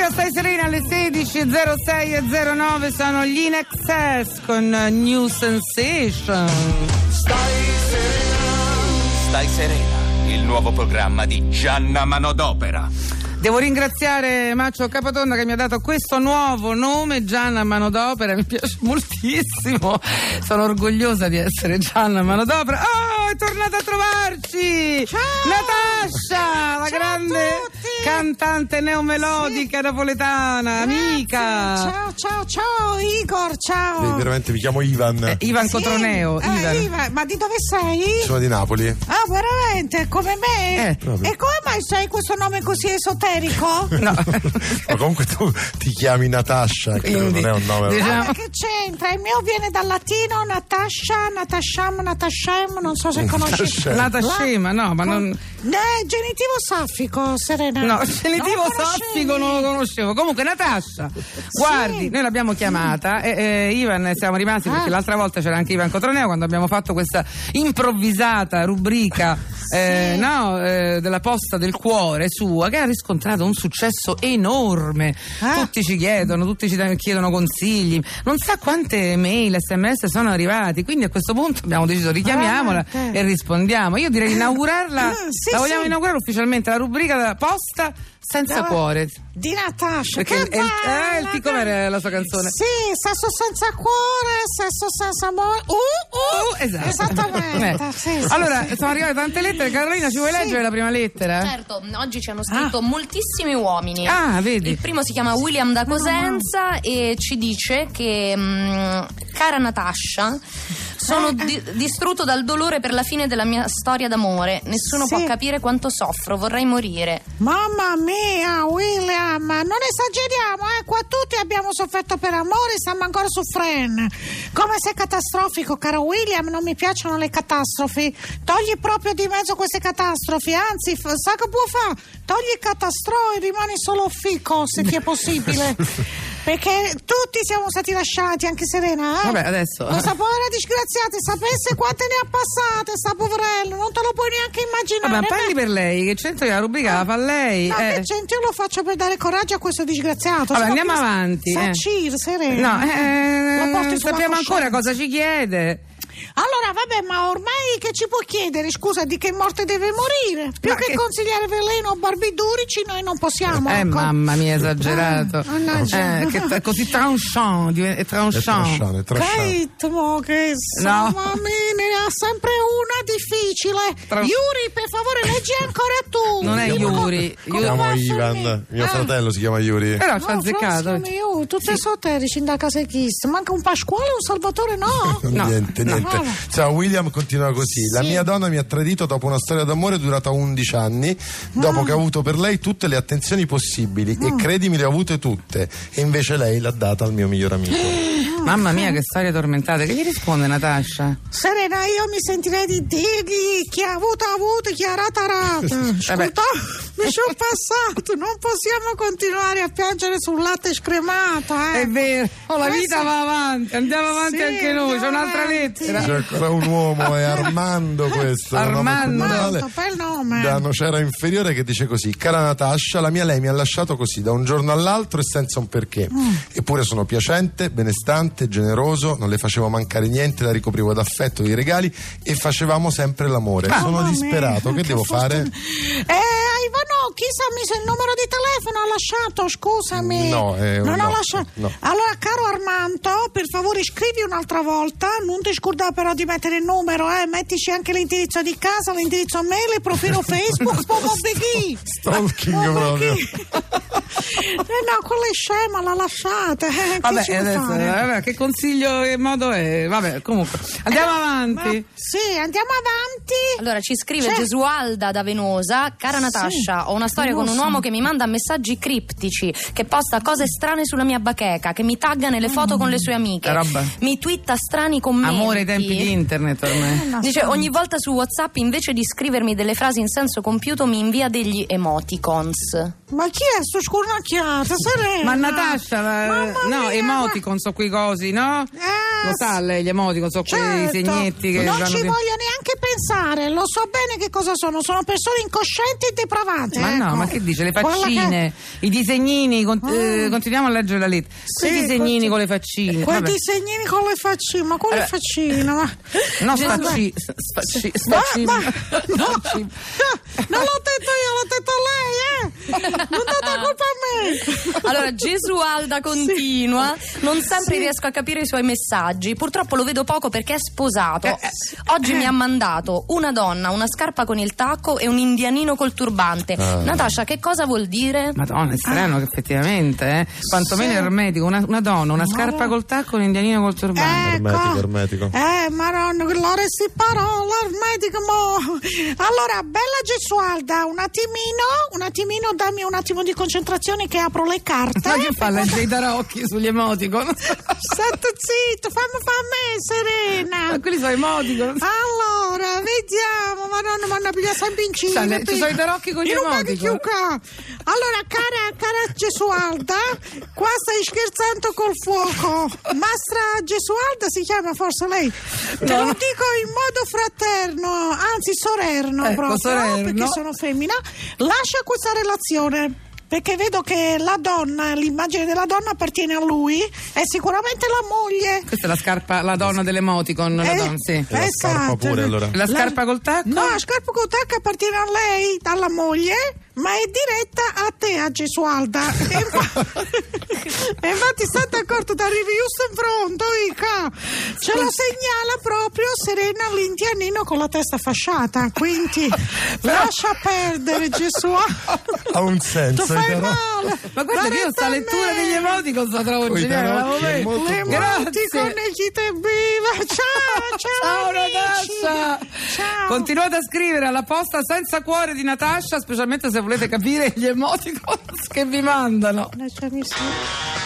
Stai Serena alle 16:06:09 sono gli In Excess con New Sensation. Stai Serena, il nuovo programma di Gianna Manodopera. Devo ringraziare Maccio Capatonda che mi ha dato questo nuovo nome, Gianna Manodopera, mi piace moltissimo, sono orgogliosa di essere Gianna Manodopera. Oh, è tornata a trovarci! Ciao! Natascia, la grande cantante neomelodica napoletana, amica. Ciao Igor, ciao. Veramente mi chiamo Ivan. Ivan Cotroneo. Ivan, ma di dove sei? Sono di Napoli. Ah, veramente? Come me? E come mai sei questo nome così esoterico? No. Ma comunque tu ti chiami Natascia, che non è un nome. Diciamo... Ma che c'entra? Il mio viene dal latino, Natascia, Natasciam, non so se conosci. Natascema, no, ma non... genitivo saffico, Serena. No, genitivo saffico non lo conoscevo. Comunque Natascia, guardi, noi l'abbiamo chiamata Ivan, siamo rimasti perché l'altra volta c'era anche Ivan Cotroneo quando abbiamo fatto questa improvvisata rubrica della posta del cuore sua, che ha riscontrato un successo enorme. Tutti ci chiedono, tutti ci chiedono consigli, non sa quante mail, sms sono arrivati, quindi a questo punto abbiamo deciso richiamiamola e rispondiamo. Io direi inaugurarla, la vogliamo inaugurare ufficialmente la rubrica della posta senza cuore di Natascia, perché com'era la sua canzone? Sì, sesso senza cuore, sesso senza amore. Esatto. Esattamente. Sì, allora, sono arrivate tante lettere. Carolina, ci vuoi leggere la prima lettera? Certo, oggi ci hanno scritto moltissimi uomini. Vedi. Il primo si chiama William da Cosenza e ci dice che cara Natascia, sono distrutto dal dolore per la fine della mia storia d'amore. Nessuno può capire quanto soffro, vorrei morire. Mamma mia, William, non esageriamo, qua tutti abbiamo sofferto per amore, stiamo ancora soffrendo. Come sei catastrofico, caro William, non mi piacciono le catastrofi. Togli proprio di mezzo queste catastrofi, anzi, sa che può fare? Togli il catastro e rimani solo fico, se ti è possibile. Perché tutti siamo stati lasciati, anche Serena, Vabbè, adesso. Questa povera disgraziata, sapesse quante ne ha passate, sta poverello, non te lo puoi neanche immaginare. Vabbè, parli per lei, che c'entro la rubrica la fa lei. No, che c'entro, io lo faccio per dare coraggio a questo disgraziato. Vabbè, andiamo avanti. Serena. No, sappiamo ancora cosa ci chiede. Allora, vabbè, ma ormai che ci può chiedere? Scusa, di che morte deve morire? Più che consigliare veleno o barbiturici, noi non possiamo. Mamma mia, esagerato. Che è così tranchant. È tranchant. Ritmo che mamma mia, ne ha sempre una difficile. Yuri, per favore, leggi ancora tu. Non è Yuri. Si chiama Ivan. Mio fratello si chiama Yuri. Però ci ha azzeccato. Tutti esoterici in da casa chist. Manca un Pasquale, un Salvatore, no? Niente. William continua così. La mia donna mi ha tradito dopo una storia d'amore durata 11 anni, dopo che ho avuto per lei tutte le attenzioni possibili e credimi le ho avute tutte, e invece lei l'ha data al mio miglior amico. Mamma mia, che storie tormentate. Che gli risponde Natascia? Serena, io mi sentirei di dirgli chi ha avuto, chi ha rata. Ascolta, mi sono passato, non possiamo continuare a piangere sul latte scremato. È vero, la vita va avanti, andiamo avanti anche noi. C'è un'altra lettera. C'è ancora un uomo, è Armando questo. Armando, bel nome. Da Nocera Inferiore, che dice così: cara Natascia, la mia lei mi ha lasciato così da un giorno all'altro e senza un perché. Eppure sono piacente, benestante, generoso, non le facevo mancare niente, la ricoprivo d'affetto, di regali e facevamo sempre l'amore. Sono disperato, che devo fare? Ivano, chi sa il numero di telefono ha lasciato, scusami. Non ha lasciato. No. Allora, caro Armando, per favore scrivi un'altra volta, non ti scordare però di mettere il numero, mettici anche l'indirizzo di casa, l'indirizzo mail, il profilo Facebook, stalking proprio. No, quella è scema, l'ha lasciata. Vabbè, adesso, che consiglio, che modo è? Vabbè, comunque, andiamo avanti. Andiamo avanti. Allora, ci scrive Gesualda da Venosa: cara Natascia, ho una storia con un uomo che mi manda messaggi criptici, che posta cose strane sulla mia bacheca, che mi tagga nelle foto con le sue amiche, mi twitta strani commenti. Amore ai tempi di internet ormai. Dice, ogni volta su WhatsApp invece di scrivermi delle frasi in senso compiuto mi invia degli emoticons. Ma chi è sto scurnacchiato? Serena? Ma Natascia, emoticon so quei cosi, no? Lo sa lei, gli emoticon so quei segnetti che non ci voglio neanche pensare. pensare, lo so bene che cosa sono persone incoscienti e depravate. Ma no, ma che dice? Le faccine, i disegnini, continuiamo a leggere la lettera. Quei disegnini con le faccine. Quei disegnini con le faccine, ma quale faccine? Ma... No, sfaccine. Non l'ho detto io, l'ho detto lei, non date colpa a me. Allora, Gesualda continua. Non sempre riesco a capire i suoi messaggi. Purtroppo lo vedo poco perché è sposato. Oggi mi ha mandato una donna, una scarpa con il tacco e un indianino col turbante. Natascia, che cosa vuol dire? Madonna, è strano che effettivamente, quantomeno ermetico. Una donna, una scarpa col tacco e un indianino col turbante. Ermetico. Madonna, che l'ora si parola, ermetico, mo. Allora, bella Gesualda, un attimino, dammi un attimo di concentrazione che apro le carte. Ma che fa leggere i tarocchi sugli emoticon? Stai zitto, fammi Serena. Ma quelli sono emoticon. Allora, vediamo, Madonna, mi hanno pigliato sempre in cima. Ci sono i tarocchi con gli emoticon. Allora, cara Gesualda, qua stai scherzando col fuoco. Mastra Gesualda si chiama forse lei? Te lo dico in modo fraterno, anzi sorerno, proprio, sorerno. Perché sono femmina. Lascia questa relazione. Perché vedo che la donna, l'immagine della donna appartiene a lui, è sicuramente la moglie. Questa è la scarpa, la donna dell'emoticon, la donna, sì. La scarpa pure, allora. La scarpa col tacco? No, la scarpa col tacco appartiene a lei, alla moglie, ma è diretta a te, a Gesualda. E infatti state accorto, ti arrivi giusto in fronte, Ica. Ce lo segnala proprio Serena l'indianino con la testa fasciata, quindi lascia perdere Gesualda. Ha un senso. Tu fai male. Ma guarda che io sta lettura degli emoticon la trovo geniale. L'emoticon e chi te viva. Ciao Natascia. Ciao. Continuate a scrivere alla posta senza cuore di Natascia, specialmente se volete capire gli emoticon che vi mandano. Lasciami stare.